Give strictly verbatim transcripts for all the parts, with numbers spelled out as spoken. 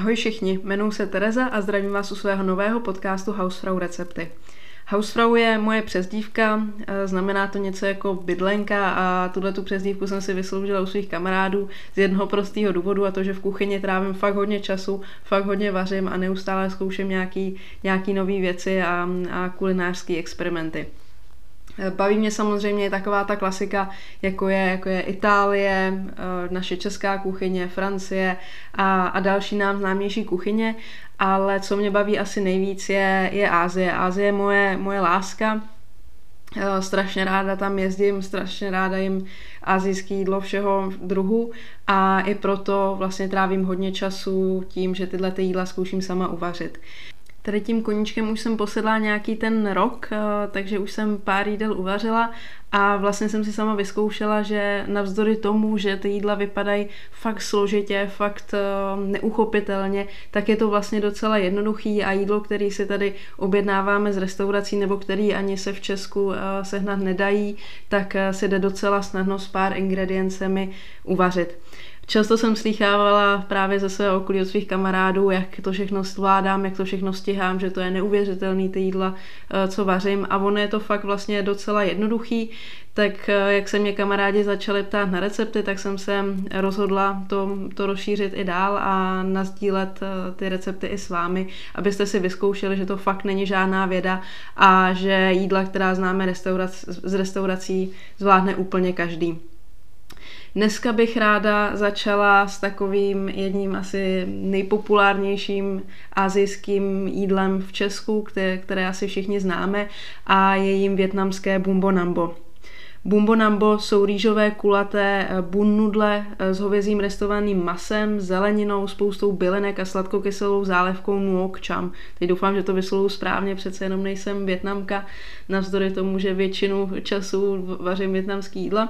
Ahoj všichni, jmenuji se Tereza a zdravím vás u svého nového podcastu Hausfrau recepty. Hausfrau je moje přezdívka, znamená to něco jako bydlenka a tuhletu přezdívku jsem si vysloužila u svých kamarádů z jednoho prostého důvodu, a to, že v kuchyni trávím fakt hodně času, fakt hodně vařím a neustále zkouším nějaký, nějaký nový věci a, a kulinářské experimenty. Baví mě samozřejmě taková ta klasika, jako je, jako je Itálie, naše česká kuchyně, Francie a, a další nám známější kuchyně, ale co mě baví asi nejvíc je, je Asie. Asie je moje, moje láska, strašně ráda tam jezdím, strašně ráda jim asijské jídlo všeho druhu a i proto vlastně trávím hodně času tím, že tyhle ty jídla zkouším sama uvařit. Tady tím koníčkem už jsem posedla nějaký ten rok, takže už jsem pár jídel uvařila a vlastně jsem si sama vyzkoušela, že navzdory tomu, že ty jídla vypadají fakt složitě, fakt neuchopitelně, tak je to vlastně docela jednoduchý a jídlo, který si tady objednáváme z restaurací nebo který ani se v Česku sehnat nedají, tak se jde docela snadno s pár ingrediencemi uvařit. Často jsem slýchávala právě ze svého okolí od svých kamarádů, jak to všechno zvládám, jak to všechno stihám, že to je neuvěřitelný ty jídla, co vařím, a ono je to fakt vlastně docela jednoduchý. Tak jak se mě kamarádi začali ptát na recepty, tak jsem se rozhodla to, to rozšířit i dál a nasdílet ty recepty i s vámi, abyste si vyzkoušeli, že to fakt není žádná věda a že jídla, která známe restaurac, z restaurací, zvládne úplně každý. Dneska bych ráda začala s takovým jedním asi nejpopulárnějším asijským jídlem v Česku, které, které asi všichni známe, a je jím vietnamské bumbo nambo. Bumbo nambo jsou rýžové kulaté bun nudle s hovězím restovaným masem, zeleninou, spoustou bylinek a sladkokyselou zálevkou nuoc cham. Teď doufám, že to vyslovuju správně, přece jenom nejsem Vietnamka, navzdory tomu, že většinu času vařím vietnamský jídla.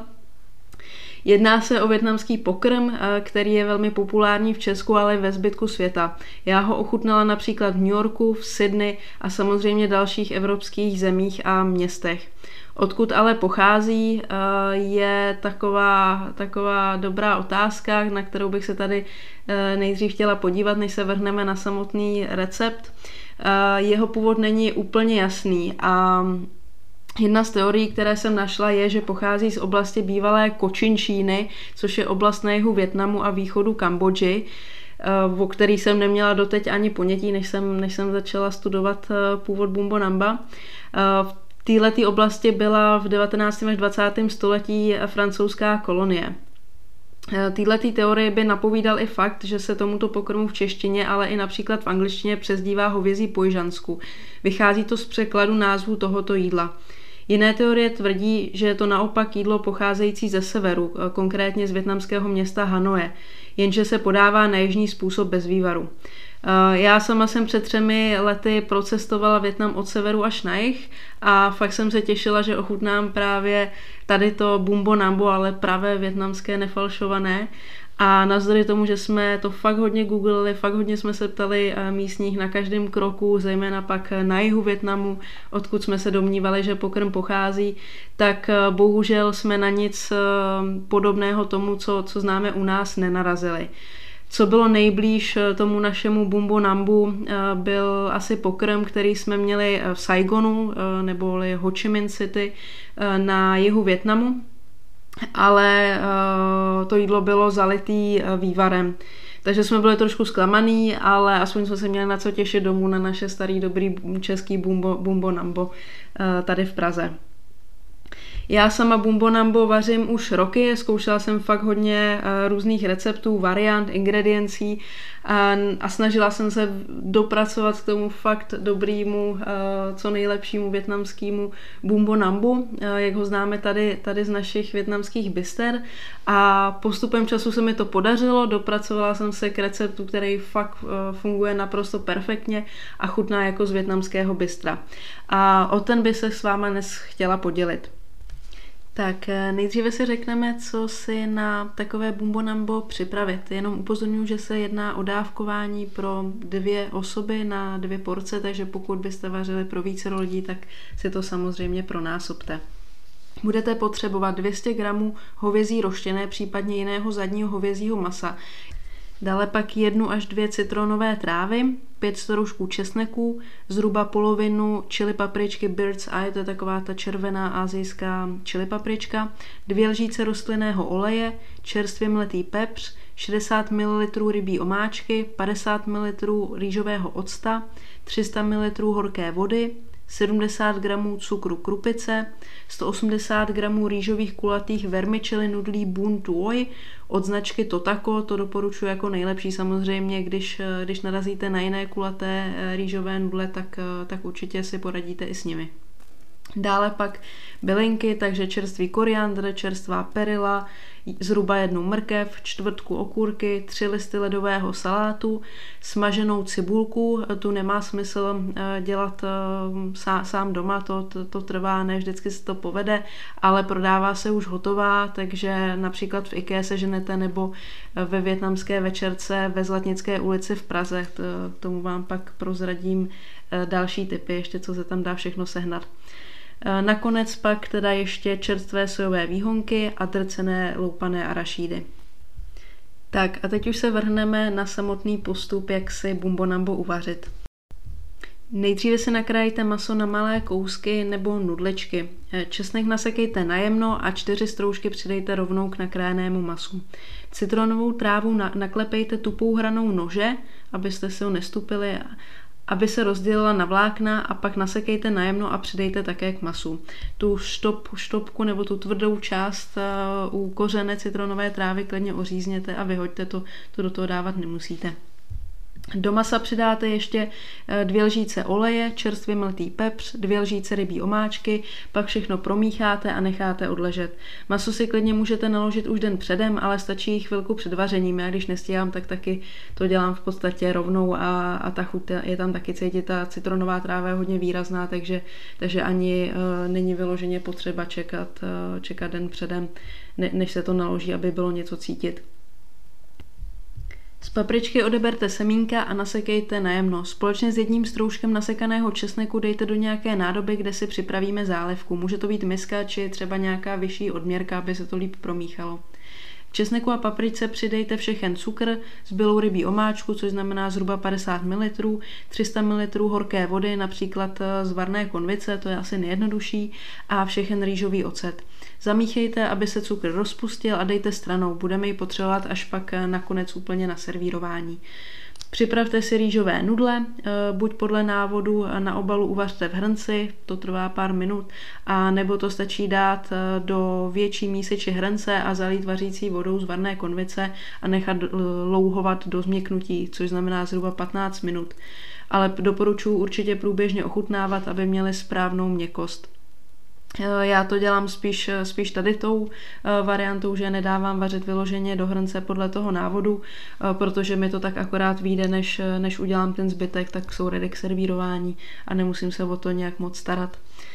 Jedná se o vietnamský pokrm, který je velmi populární v Česku, ale i ve zbytku světa. Já ho ochutnala například v New Yorku, v Sydney a samozřejmě dalších evropských zemích a městech. Odkud ale pochází, je taková, taková dobrá otázka, na kterou bych se tady nejdřív chtěla podívat, než se vrhneme na samotný recept. Jeho původ není úplně jasný a jedna z teorií, které jsem našla, je, že pochází z oblasti bývalé Kočinčíny, což je oblast na jihu Vietnamu a východu Kambodži, o který jsem neměla doteď ani ponětí, než jsem, než jsem začala studovat původ bumbo namba. V této oblasti byla v devatenáctém až dvacátém století francouzská kolonie. Týhletý teorie by napovídal i fakt, že se tomuto pokrmu v češtině, ale i například v angličtině přezdívá hovězí pojžansku. Vychází to z překladu názvu tohoto jídla. Jiné teorie tvrdí, že je to naopak jídlo pocházející ze severu, konkrétně z vietnamského města Hanoje, jenže se podává na jižní způsob bez vývaru. Já sama jsem před třemi lety procestovala Vietnam od severu až na jih a fakt jsem se těšila, že ochutnám právě tady to bumbo nambo, ale pravé vietnamské, nefalšované. A navzdory tomu, že jsme to fakt hodně googlili, fakt hodně jsme se ptali místních na každém kroku, zejména pak na jihu Vietnamu, odkud jsme se domnívali, že pokrm pochází, tak bohužel jsme na nic podobného tomu, co, co známe u nás, nenarazili. Co bylo nejblíž tomu našemu bumbo nambu, byl asi pokrm, který jsme měli v Saigonu, neboli Ho Chi Minh City, na jihu Vietnamu, ale to jídlo bylo zalitý vývarem. Takže jsme byli trošku zklamaný, ale aspoň jsme se měli na co těšit domů na naše starý dobrý český bumbo, bumbo nambo tady v Praze. Já sama bumbo nambo vařím už roky, zkoušela jsem fakt hodně různých receptů, variant, ingrediencí a, a snažila jsem se dopracovat k tomu fakt dobrýmu, co nejlepšímu vietnamskému bumbo nambu, jak ho známe tady, tady z našich vietnamských bister, a postupem času se mi to podařilo, dopracovala jsem se k receptu, který fakt funguje naprosto perfektně a chutná jako z vietnamského bistra. A o ten by se s váma dnes chtěla podělit. Tak nejdříve si řekneme, co si na takové bumbo nambo připravit. Jenom upozorňuji, že se jedná o dávkování pro dvě osoby na dvě porce, takže pokud byste vařili pro více lidí, tak si to samozřejmě pronásobte. Budete potřebovat dvě stě gramů hovězí roštěné, případně jiného zadního hovězího masa. Dále pak jednu až dvě citronové trávy, pět stroužků česneku, zhruba polovinu chili papričky Bird's Eye, to je taková ta červená asijská chili paprička, dvě lžíce rostlinného oleje, čerstvě mletý pepř, šedesát mililitrů rybí omáčky, padesát mililitrů rýžového octa, tři sta mililitrů horké vody, sedmdesát gramů cukru krupice, sto osmdesát gramů rýžových kulatých vermicelli nudlí Bun Tuoi od značky Totako, to doporučuji jako nejlepší samozřejmě, když, když narazíte na jiné kulaté rýžové nudle, tak, tak určitě si poradíte i s nimi. Dále pak bylinky, takže čerstvý koriandr, čerstvá perila, zhruba jednu mrkev, čtvrtku okurky, tři listy ledového salátu, smaženou cibulku, tu nemá smysl dělat sám doma, to, to, to trvá, ne vždycky se to povede, ale prodává se už hotová, takže například v IKEA seženete nebo ve vietnamské večerce ve Zlatnické ulici v Praze, k tomu vám pak prozradím další tipy, ještě co se tam dá všechno sehnat. Nakonec pak teda ještě čerstvé sojové výhonky a drcené loupané arašídy. Tak a teď už se vrhneme na samotný postup, jak si bumbo nambo uvařit. Nejdříve si nakrájíte maso na malé kousky nebo nudličky. Česnek nasekejte najemno a čtyři stroužky přidejte rovnou k nakrájenému masu. Citronovou trávu naklepejte tupou hranou nože, abyste si ho nestupili, aby se rozdělila na vlákna a pak nasekejte najemno a přidejte také k masu. Tu štop, štopku nebo tu tvrdou část uh, u kořene citronové trávy klidně ořízněte a vyhoďte to, to do toho dávat nemusíte. Do masa přidáte ještě dvě lžíce oleje, čerstvě mletý pepř, dvě lžíce rybí omáčky, pak všechno promícháte a necháte odležet. Maso si klidně můžete naložit už den předem, ale stačí chvilku před vařením. Já když nestíhám, tak taky to dělám v podstatě rovnou a, a ta chuť je tam taky cítit. Ta citronová tráva je hodně výrazná, takže, takže ani uh, není vyloženě potřeba čekat, uh, čekat den předem, ne, než se to naloží, aby bylo něco cítit. Z papričky odeberte semínka a nasekejte najemno. Společně s jedním stroužkem nasekaného česneku dejte do nějaké nádoby, kde si připravíme zálivku. Může to být miska či třeba nějaká vyšší odměrka, aby se to líp promíchalo. K česneku a papričce přidejte všechen cukr, zbylou rybí omáčku, což znamená zhruba padesát mililitrů, tři sta mililitrů horké vody, například z varné konvice, to je asi nejjednodušší, a všechen rýžový ocet. Zamíchejte, aby se cukr rozpustil a dejte stranou. Budeme ji potřebovat až pak nakonec úplně na servírování. Připravte si rýžové nudle, buď podle návodu na obalu uvařte v hrnci, to trvá pár minut, a nebo to stačí dát do větší mísy či hrnce a zalít vařící vodou z varné konvice a nechat louhovat do změknutí, což znamená zhruba patnáct minut. Ale doporučuji určitě průběžně ochutnávat, aby měly správnou měkkost. Já to dělám spíš, spíš tady tou variantou, že nedávám vařit vyloženě do hrnce podle toho návodu, protože mi to tak akorát vyjde, než, než udělám ten zbytek, tak jsou ready k servírování a nemusím se o to nějak moc starat.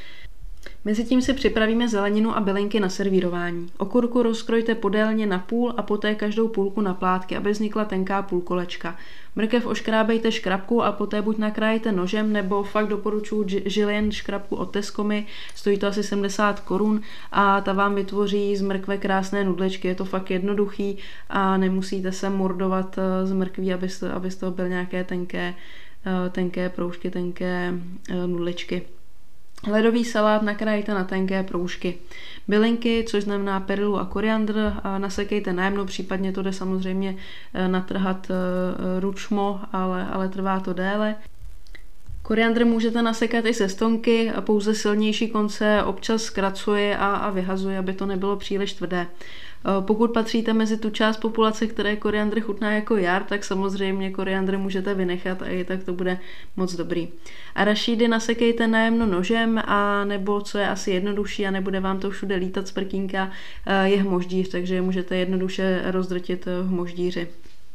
Mezitím si připravíme zeleninu a bylinky na servírování. Okurku rozkrojte podélně na půl a poté každou půlku na plátky, aby vznikla tenká půlkolečka. Mrkev oškrábejte škrabkou a poté buď nakrájete nožem, nebo fakt doporučuji Žilien škrabku od Tescomy, stojí to asi sedmdesát korun a ta vám vytvoří z mrkve krásné nudličky. Je to fakt jednoduchý a nemusíte se mordovat z mrkví, abyste, abyste byl nějaké tenké, tenké proužky, tenké nudličky. Ledový salát nakrájte na tenké proužky. Bylinky, což znamená perilu a koriandr, nasekejte najemno, případně to jde samozřejmě natrhat ručmo, ale, ale trvá to déle. Koriandr můžete nasekat i ze stonky a pouze silnější konce občas zkracuji a, a vyhazuji, aby to nebylo příliš tvrdé. Pokud patříte mezi tu část populace, které koriandr chutná jako jar, tak samozřejmě koriandr můžete vynechat a i tak to bude moc dobrý. Arašídy nasekejte najemno nožem, a nebo co je asi jednodušší a nebude vám to všude lítat z prkínka, je hmoždíř, takže je můžete jednoduše rozdrtit v hmoždíři.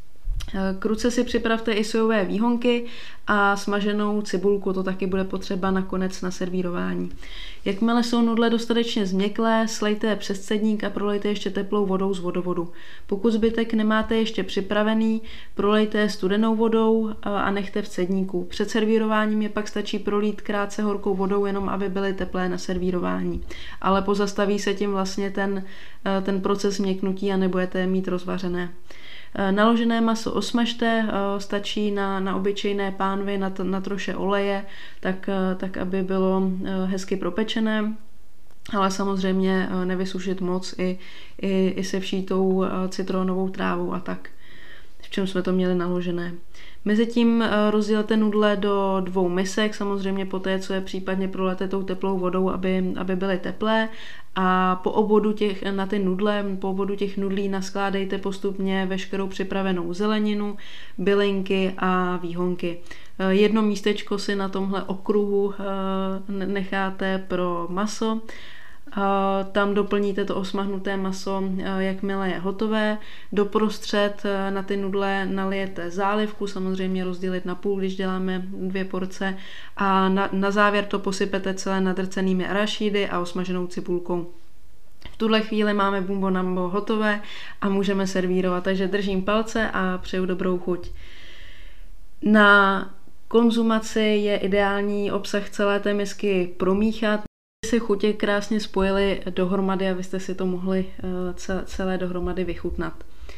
K ruce si připravte i sojové výhonky a smaženou cibulku, to taky bude potřeba nakonec na servírování. Jakmile jsou nudle dostatečně změklé, slejte je přes cedník a prolejte ještě teplou vodou z vodovodu. Pokud zbytek nemáte ještě připravený, prolejte je studenou vodou a nechte v cedníku. Před servírováním je pak stačí prolít krátce horkou vodou, jenom aby byly teplé na servírování. Ale pozastaví se tím vlastně ten, ten proces změknutí a nebudete je mít rozvařené. Naložené maso osmažte, stačí na, na obyčejné pánvy, na, to, na troše oleje, tak, tak aby bylo hezky propečené. Ale samozřejmě nevysušit moc i, i, i se vší tou citronovou trávou a tak, v čem jsme to měli naložené. Mezitím rozdělte nudle do dvou misek, samozřejmě poté, co je případně prolete tou teplou vodou, aby, aby byly teplé. A po obodu těch, na ty nudle, po obodu těch nudlí naskládejte postupně veškerou připravenou zeleninu, bylinky a výhonky. Jedno místečko si na tomhle okruhu necháte pro maso. Tam doplníte to osmahnuté maso, jakmile je hotové. Doprostřed na ty nudle nalijete zálivku, samozřejmě rozdělit na půl, když děláme dvě porce. A na, na závěr to posypete celé nadrcenými arašídy a osmaženou cibulkou. V tuhle chvíli máme bumbo nambo hotové a můžeme servírovat, takže držím palce a přeju dobrou chuť. Na konzumaci je ideální obsah celé té misky promíchat, se chutě krásně spojily dohromady a vy jste si to mohli celé dohromady vychutnat.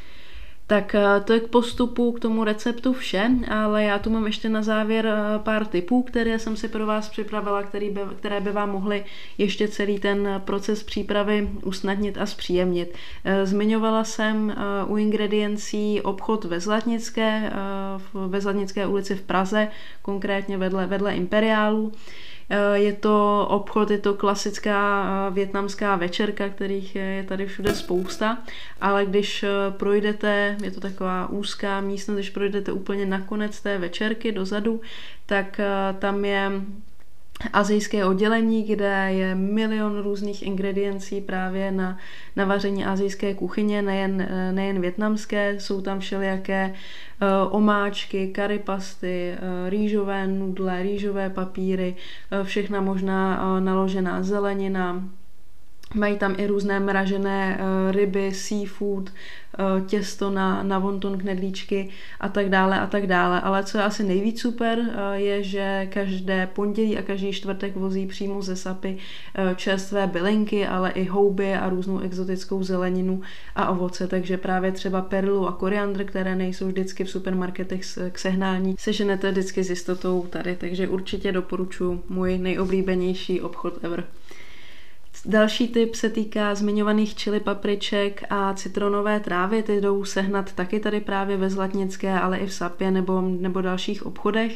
Tak to je k postupu, k tomu receptu vše, ale já tu mám ještě na závěr pár tipů, které jsem si pro vás připravila, které by, které by vám mohly ještě celý ten proces přípravy usnadnit a zpříjemnit. Zmiňovala jsem u ingrediencí obchod ve Zlatnické, ve Zlatnické ulici v Praze, konkrétně vedle, vedle Imperiálu. Je to obchod, je to klasická vietnamská večerka, kterých je tady všude spousta, ale když projdete, je to taková úzká místnost, když projdete úplně na konec té večerky dozadu, tak tam je asijské oddělení, kde je milion různých ingrediencí právě na, na vaření asijské kuchyně, nejen, nejen vietnamské, jsou tam všelijaké uh, omáčky, currypasty, uh, rýžové nudle, rýžové papíry, uh, všechna možná uh, naložená zelenina. Mají tam i různé mražené uh, ryby, seafood, uh, těsto na, na wonton knedlíčky a tak dále a tak dále. Ale co je asi nejvíc super, uh, je, že každé pondělí a každý čtvrtek vozí přímo ze Sapy uh, čerstvé bylinky, ale i houby a různou exotickou zeleninu a ovoce. Takže právě třeba perlu a koriandr, které nejsou vždycky v supermarketech k sehnání, seženete vždycky s jistotou tady. Takže určitě doporučuji můj nejoblíbenější obchod ever. Další tip se týká zmiňovaných chili papriček a citronové trávy, ty jdou sehnat taky tady právě ve Zlatnické, ale i v Sapě nebo, nebo dalších obchodech.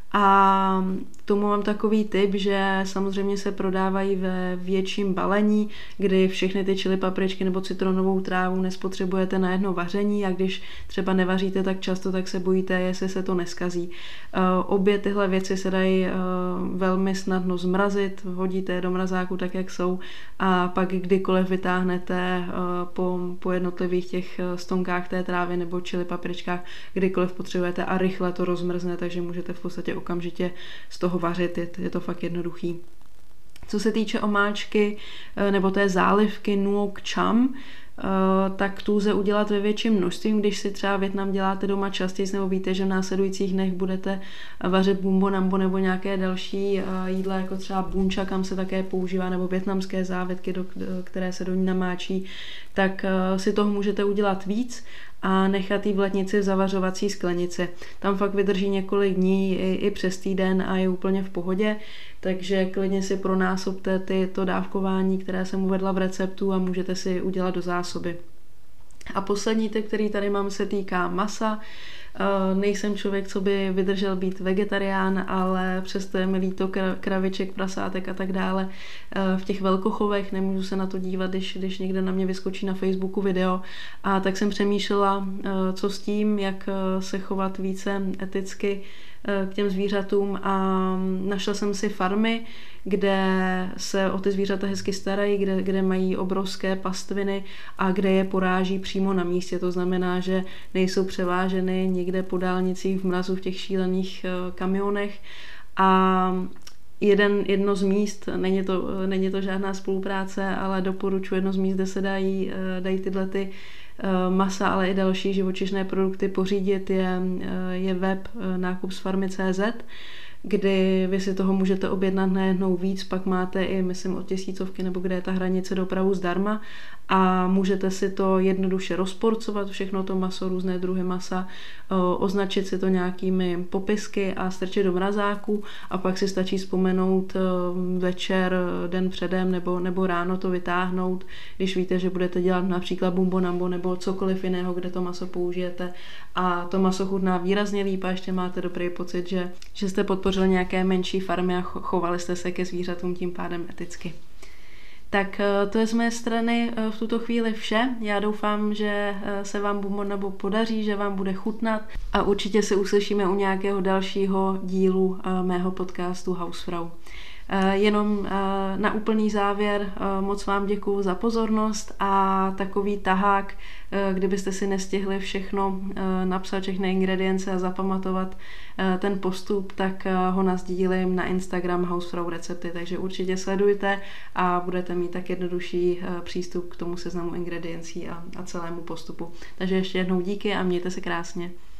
A k tomu mám takový tip, že samozřejmě se prodávají ve větším balení, kdy všechny ty chili papričky nebo citronovou trávu nespotřebujete na jedno vaření a když třeba nevaříte tak často, tak se bojíte, jestli se to neskazí. Obě tyhle věci se dají velmi snadno zmrazit, hodíte je do mrazáku tak, jak jsou a pak kdykoliv vytáhnete po, po jednotlivých těch stonkách té trávy nebo chili papričkách, kdykoliv potřebujete a rychle to rozmrzne, takže můžete v podstatě okamžitě z toho vařit, je, je to fakt jednoduchý. Co se týče omáčky nebo té zálivky nuoc cham, tak tu lze udělat ve větším množství, když si třeba Vietnam děláte doma častěji nebo víte, že v následujících dnech budete vařit bumbo nambo nebo nějaké další jídla, jako třeba bun cha, kam se také používá, nebo vietnamské závětky, do, které se do ní namáčí, tak si toho můžete udělat víc a nechat jí v lednici v zavařovací sklenici. Tam fakt vydrží několik dní i, i přes týden a je úplně v pohodě, takže klidně si pronásobte ty, to dávkování, které jsem uvedla v receptu a můžete si udělat do zásoby. A poslední tip, který tady mám, se týká masa. Nejsem člověk, co by vydržel být vegetarián, ale přesto je mi líto kraviček, prasátek a tak dále v těch velkochovech, nemůžu se na to dívat, když, když někde na mě vyskočí na Facebooku video. A tak jsem přemýšlela, co s tím, jak se chovat více eticky k těm zvířatům a našla jsem si farmy, kde se o ty zvířata hezky starají, kde, kde mají obrovské pastviny a kde je poráží přímo na místě. To znamená, že nejsou převáženy někde po dálnicích v mrazu v těch šílených kamionech. A jeden, jedno z míst, není to, není to žádná spolupráce, ale doporučuji jedno z míst, kde se dají, dají tyhle ty masa, ale i další živočišné produkty pořídit, je, je web nákup z farmy tečka cé zet. kdy vy si toho můžete objednat najednou víc, pak máte i, myslím, od tisícovky, nebo kde je ta hranice, dopravu zdarma a můžete si to jednoduše rozporcovat, všechno to maso, různé druhy masa, označit si to nějakými popisky a strčit do mrazáku a pak si stačí vzpomenout večer, den předem nebo, nebo ráno to vytáhnout, když víte, že budete dělat například bumbonambo nebo cokoliv jiného, kde to maso použijete a to maso chutná výrazně líp a ještě máte dobrý pocit, že, že jste podpořili nějaké menší farmy a chovali jste se ke zvířatům tím pádem eticky. Tak to je z mé strany v tuto chvíli vše. Já doufám, že se vám bumbonambo podaří, že vám bude chutnat a určitě se uslyšíme u nějakého dalšího dílu mého podcastu Hausfrau. Jenom na úplný závěr moc vám děkuju za pozornost a takový tahák, kdybyste si nestihli všechno napsat, všechny ingredience a zapamatovat ten postup, tak ho nasdílím na Instagram Hausfrau recepty, takže určitě sledujte a budete mít tak jednodušší přístup k tomu seznamu ingrediencí a, a celému postupu. Takže ještě jednou díky a mějte se krásně.